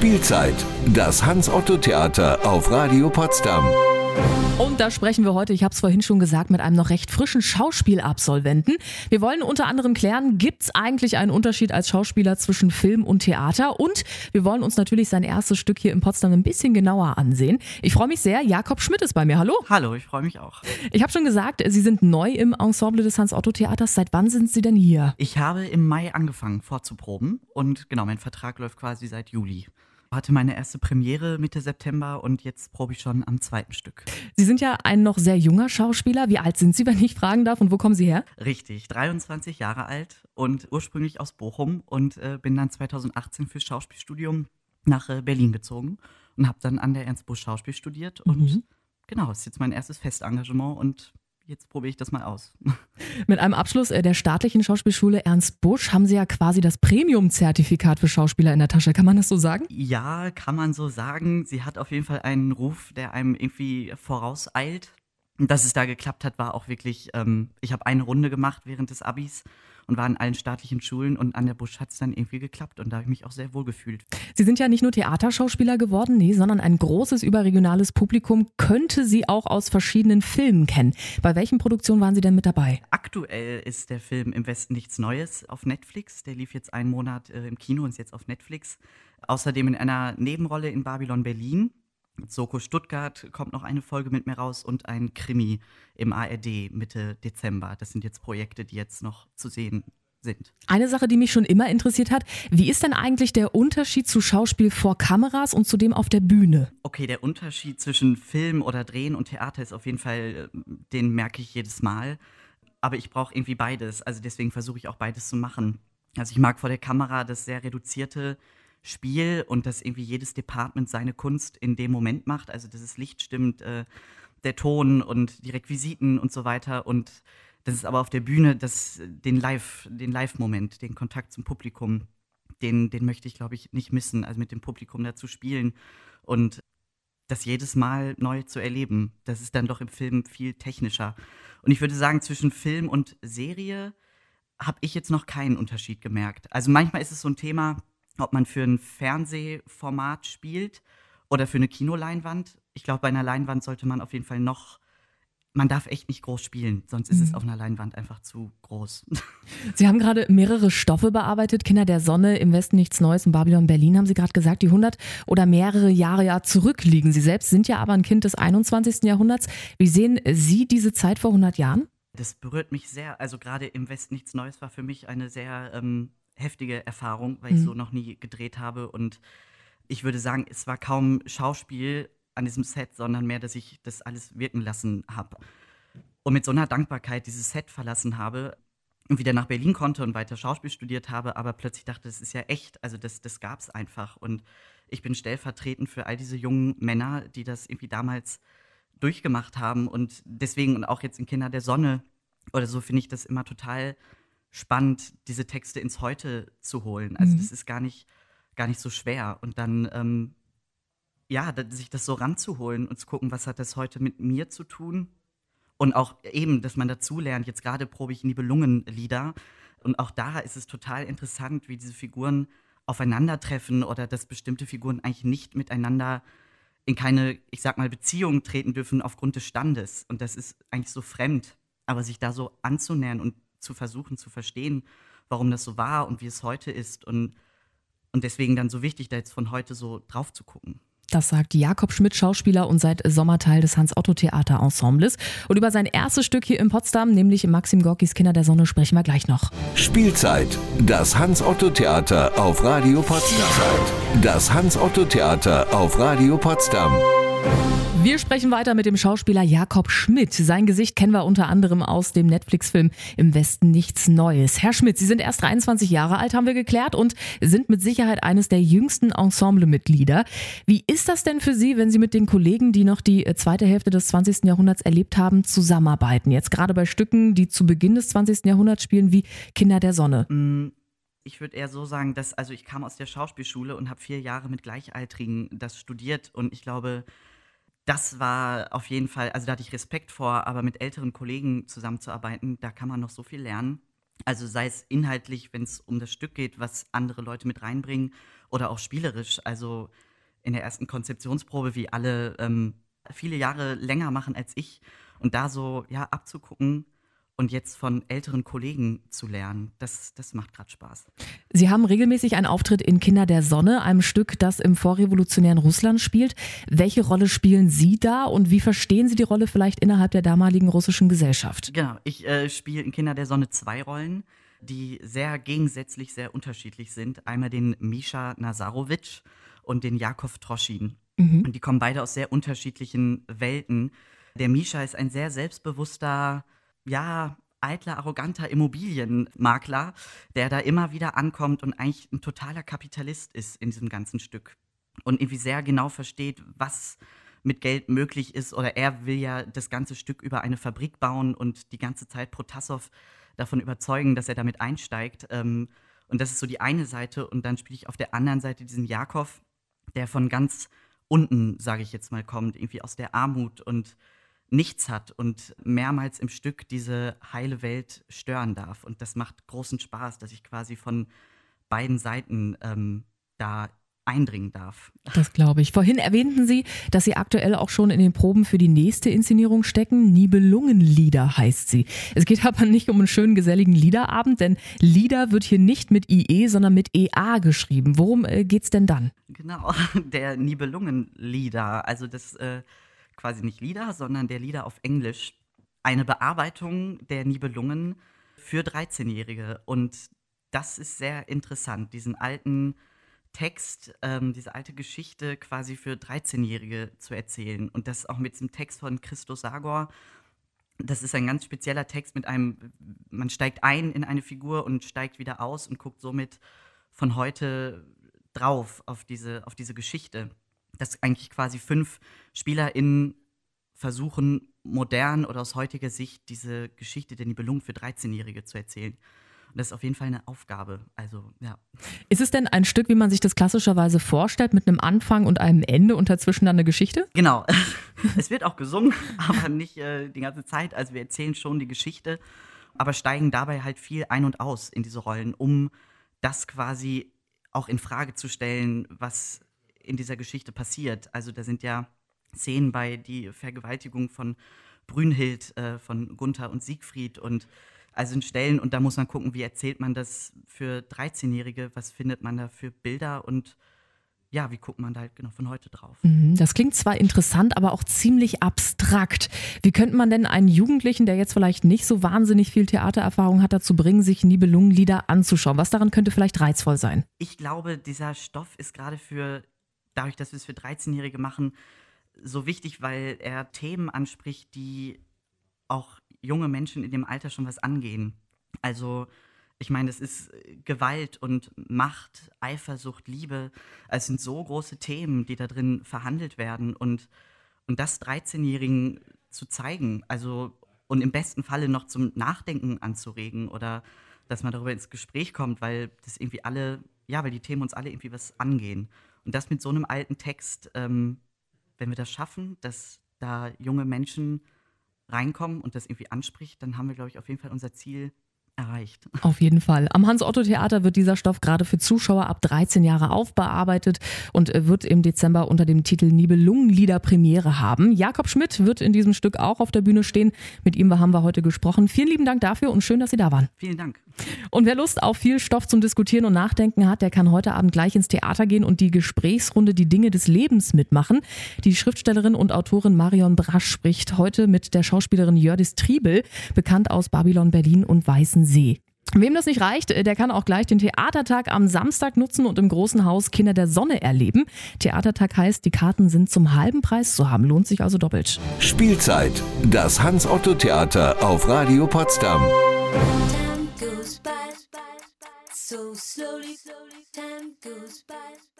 Spielzeit, das Hans-Otto-Theater auf Radio Potsdam. Und da sprechen wir heute, ich habe es vorhin schon gesagt, mit einem noch recht frischen Schauspielabsolventen. Wir wollen unter anderem klären, gibt es eigentlich einen Unterschied als Schauspieler zwischen Film und Theater? Und wir wollen uns natürlich sein erstes Stück hier in Potsdam ein bisschen genauer ansehen. Ich freue mich sehr, Jakob Schmidt ist bei mir. Hallo. Hallo, ich freue mich auch. Ich habe schon gesagt, Sie sind neu im Ensemble des Hans-Otto-Theaters. Seit wann sind Sie denn hier? Ich habe im Mai angefangen vorzuproben und genau, mein Vertrag läuft quasi seit Juli. Hatte meine erste Premiere Mitte September und jetzt probe ich schon am zweiten Stück. Sie sind ja ein noch sehr junger Schauspieler. Wie alt sind Sie, wenn ich fragen darf, und wo kommen Sie her? Richtig, 23 Jahre alt und ursprünglich aus Bochum und bin dann 2018 fürs Schauspielstudium nach Berlin gezogen und habe dann an der Ernst Busch Schauspiel studiert und genau, das ist jetzt mein erstes Festengagement und jetzt probiere ich das mal aus. Mit einem Abschluss der staatlichen Schauspielschule Ernst Busch haben Sie ja quasi das Premium-Zertifikat für Schauspieler in der Tasche. Kann man das so sagen? Ja, kann man so sagen. Sie hat auf jeden Fall einen Ruf, der einem irgendwie vorauseilt. Und dass es da geklappt hat, war auch wirklich, ich habe eine Runde gemacht während des Abis und war in allen staatlichen Schulen und an der Busch hat es dann irgendwie geklappt und da habe ich mich auch sehr wohl gefühlt. Sie sind ja nicht nur Theaterschauspieler geworden, nee, sondern ein großes überregionales Publikum könnte Sie auch aus verschiedenen Filmen kennen. Bei welchen Produktionen waren Sie denn mit dabei? Aktuell ist der Film Im Westen nichts Neues auf Netflix. Der lief jetzt einen Monat im Kino und ist jetzt auf Netflix. Außerdem in einer Nebenrolle in Babylon Berlin. Mit Soko Stuttgart kommt noch eine Folge mit mir raus und ein Krimi im ARD Mitte Dezember. Das sind jetzt Projekte, die jetzt noch zu sehen sind. Eine Sache, die mich schon immer interessiert hat, wie ist denn eigentlich der Unterschied zu Schauspiel vor Kameras und zu dem auf der Bühne? Okay, der Unterschied zwischen Film oder Drehen und Theater ist auf jeden Fall, den merke ich jedes Mal. Aber ich brauche irgendwie beides, also deswegen versuche ich auch beides zu machen. Also ich mag vor der Kamera das sehr reduzierte Spiel und dass irgendwie jedes Department seine Kunst in dem Moment macht, also dass das Licht stimmt, der Ton und die Requisiten und so weiter und das ist aber auf der Bühne den Live-Moment, den Kontakt zum Publikum, den möchte ich, glaube ich, nicht missen, also mit dem Publikum da zu spielen und das jedes Mal neu zu erleben. Das ist dann doch im Film viel technischer. Und ich würde sagen, zwischen Film und Serie habe ich jetzt noch keinen Unterschied gemerkt. Also manchmal ist es so ein Thema, ob man für ein Fernsehformat spielt oder für eine Kinoleinwand. Ich glaube, bei einer Leinwand sollte man auf jeden Fall man darf echt nicht groß spielen, sonst ist es auf einer Leinwand einfach zu groß. Sie haben gerade mehrere Stoffe bearbeitet, Kinder der Sonne, Im Westen nichts Neues und Babylon Berlin, haben Sie gerade gesagt, die 100 oder mehrere Jahre ja zurückliegen. Sie selbst sind ja aber ein Kind des 21. Jahrhunderts. Wie sehen Sie diese Zeit vor 100 Jahren? Das berührt mich sehr. Also gerade Im Westen nichts Neues war für mich eine sehr heftige Erfahrung, weil ich so noch nie gedreht habe und ich würde sagen, es war kaum Schauspiel an diesem Set, sondern mehr, dass ich das alles wirken lassen habe. Und mit so einer Dankbarkeit dieses Set verlassen habe und wieder nach Berlin konnte und weiter Schauspiel studiert habe, aber plötzlich dachte, das ist ja echt, also das gab es einfach. Und ich bin stellvertretend für all diese jungen Männer, die das irgendwie damals durchgemacht haben. Und deswegen, und auch jetzt in Kinder der Sonne oder so, finde ich das immer total spannend, diese Texte ins Heute zu holen. Also das ist gar nicht so schwer. Und dann sich das so ranzuholen und zu gucken, was hat das heute mit mir zu tun? Und auch eben, dass man dazulernt, jetzt gerade probe ich Nibelungenlieder. Und auch da ist es total interessant, wie diese Figuren aufeinandertreffen oder dass bestimmte Figuren eigentlich nicht miteinander in keine, ich sag mal, Beziehung treten dürfen aufgrund des Standes. Und das ist eigentlich so fremd. Aber sich da so anzunähern und zu versuchen zu verstehen, warum das so war und wie es heute ist. Und deswegen dann so wichtig, da jetzt von heute so drauf zu gucken. Das sagt Jakob Schmidt, Schauspieler und seit Sommer Teil des Hans-Otto-Theater-Ensembles. Und über sein erstes Stück hier in Potsdam, nämlich Maxim Gorkis Kinder der Sonne, sprechen wir gleich noch. Spielzeit, das Hans-Otto-Theater auf Radio Potsdam. Das Hans-Otto-Theater auf Radio Potsdam. Wir sprechen weiter mit dem Schauspieler Jakob Schmidt. Sein Gesicht kennen wir unter anderem aus dem Netflix-Film Im Westen nichts Neues. Herr Schmidt, Sie sind erst 23 Jahre alt, haben wir geklärt, und sind mit Sicherheit eines der jüngsten Ensemblemitglieder. Wie ist das denn für Sie, wenn Sie mit den Kollegen, die noch die zweite Hälfte des 20. Jahrhunderts erlebt haben, zusammenarbeiten? Jetzt gerade bei Stücken, die zu Beginn des 20. Jahrhunderts spielen, wie Kinder der Sonne. Ich würde eher so sagen, also ich kam aus der Schauspielschule und habe 4 Jahre mit Gleichaltrigen das studiert und ich glaube, das war auf jeden Fall, also da hatte ich Respekt vor, aber mit älteren Kollegen zusammenzuarbeiten, da kann man noch so viel lernen. Also sei es inhaltlich, wenn es um das Stück geht, was andere Leute mit reinbringen, oder auch spielerisch. Also in der ersten Konzeptionsprobe, wie alle viele Jahre länger machen als ich. Und da so abzugucken und jetzt von älteren Kollegen zu lernen, das macht gerade Spaß. Sie haben regelmäßig einen Auftritt in Kinder der Sonne, einem Stück, das im vorrevolutionären Russland spielt. Welche Rolle spielen Sie da und wie verstehen Sie die Rolle vielleicht innerhalb der damaligen russischen Gesellschaft? Genau, ich spiele in Kinder der Sonne 2 Rollen, die sehr gegensätzlich, sehr unterschiedlich sind. Einmal den Misha Nazarowitsch und den Jakov Troschin. Und die kommen beide aus sehr unterschiedlichen Welten. Der Misha ist ein sehr selbstbewusster, eitler, arroganter Immobilienmakler, der da immer wieder ankommt und eigentlich ein totaler Kapitalist ist in diesem ganzen Stück. Und irgendwie sehr genau versteht, was mit Geld möglich ist. Oder er will ja das ganze Stück über eine Fabrik bauen und die ganze Zeit Protassow davon überzeugen, dass er damit einsteigt. Und das ist so die eine Seite. Und dann spiele ich auf der anderen Seite diesen Jakov, der von ganz unten, sage ich jetzt mal, kommt, irgendwie aus der Armut und nichts hat und mehrmals im Stück diese heile Welt stören darf. Und das macht großen Spaß, dass ich quasi von beiden Seiten da eindringen darf. Das glaube ich. Vorhin erwähnten Sie, dass Sie aktuell auch schon in den Proben für die nächste Inszenierung stecken. Nibelungenlieder heißt sie. Es geht aber nicht um einen schönen, geselligen Liederabend, denn Lieder wird hier nicht mit IE, sondern mit EA geschrieben. Worum geht's denn dann? Genau, der Nibelungenlieder. Also das quasi nicht Lieder, sondern der Lieder auf Englisch. Eine Bearbeitung der Nibelungen für 13-Jährige. Und das ist sehr interessant, diesen alten Text, diese alte Geschichte quasi für 13-Jährige zu erzählen. Und das auch mit diesem Text von Christo Sagor. Das ist ein ganz spezieller Text mit man steigt ein in eine Figur und steigt wieder aus und guckt somit von heute drauf auf diese Geschichte. Dass eigentlich quasi 5 SpielerInnen versuchen, modern oder aus heutiger Sicht diese Geschichte der Nibelungen für 13-Jährige zu erzählen. Und das ist auf jeden Fall eine Aufgabe. Also, ja. Ist es denn ein Stück, wie man sich das klassischerweise vorstellt, mit einem Anfang und einem Ende und dazwischen dann eine Geschichte? Genau. Es wird auch gesungen, aber nicht die ganze Zeit. Also wir erzählen schon die Geschichte, aber steigen dabei halt viel ein und aus in diese Rollen, um das quasi auch in Frage zu stellen, was in dieser Geschichte passiert. Also da sind ja Szenen bei die Vergewaltigung von Brünnhild, von Gunther und Siegfried und also in Stellen, und da muss man gucken, wie erzählt man das für 13-Jährige, was findet man da für Bilder und ja, wie guckt man da halt genau von heute drauf. Das klingt zwar interessant, aber auch ziemlich abstrakt. Wie könnte man denn einen Jugendlichen, der jetzt vielleicht nicht so wahnsinnig viel Theatererfahrung hat, dazu bringen, sich Nibelungenlieder anzuschauen? Was daran könnte vielleicht reizvoll sein? Ich glaube, dieser Stoff ist gerade dadurch, dass wir es für 13-Jährige machen, so wichtig, weil er Themen anspricht, die auch junge Menschen in dem Alter schon was angehen. Also ich meine, es ist Gewalt und Macht, Eifersucht, Liebe. Es sind so große Themen, die da drin verhandelt werden. Und das 13-Jährigen zu zeigen, also und im besten Falle noch zum Nachdenken anzuregen oder dass man darüber ins Gespräch kommt, weil das irgendwie weil die Themen uns alle irgendwie was angehen. Und das mit so einem alten Text, wenn wir das schaffen, dass da junge Menschen reinkommen und das irgendwie anspricht, dann haben wir, glaube ich, auf jeden Fall unser Ziel erreicht. Auf jeden Fall. Am Hans-Otto-Theater wird dieser Stoff gerade für Zuschauer ab 13 Jahre aufbearbeitet und wird im Dezember unter dem Titel Nibelungenlieder Premiere haben. Jakob Schmidt wird in diesem Stück auch auf der Bühne stehen. Mit ihm haben wir heute gesprochen. Vielen lieben Dank dafür und schön, dass Sie da waren. Vielen Dank. Und wer Lust auf viel Stoff zum Diskutieren und Nachdenken hat, der kann heute Abend gleich ins Theater gehen und die Gesprächsrunde Die Dinge des Lebens mitmachen. Die Schriftstellerin und Autorin Marion Brasch spricht heute mit der Schauspielerin Jördis Triebel, bekannt aus Babylon Berlin und Weißensee. Wem das nicht reicht, der kann auch gleich den Theatertag am Samstag nutzen und im Großen Haus Kinder der Sonne erleben. Theatertag heißt, die Karten sind zum halben Preis zu haben, lohnt sich also doppelt. Spielzeit, das Hans-Otto-Theater auf Radio Potsdam. Time goes by so slowly, time goes by.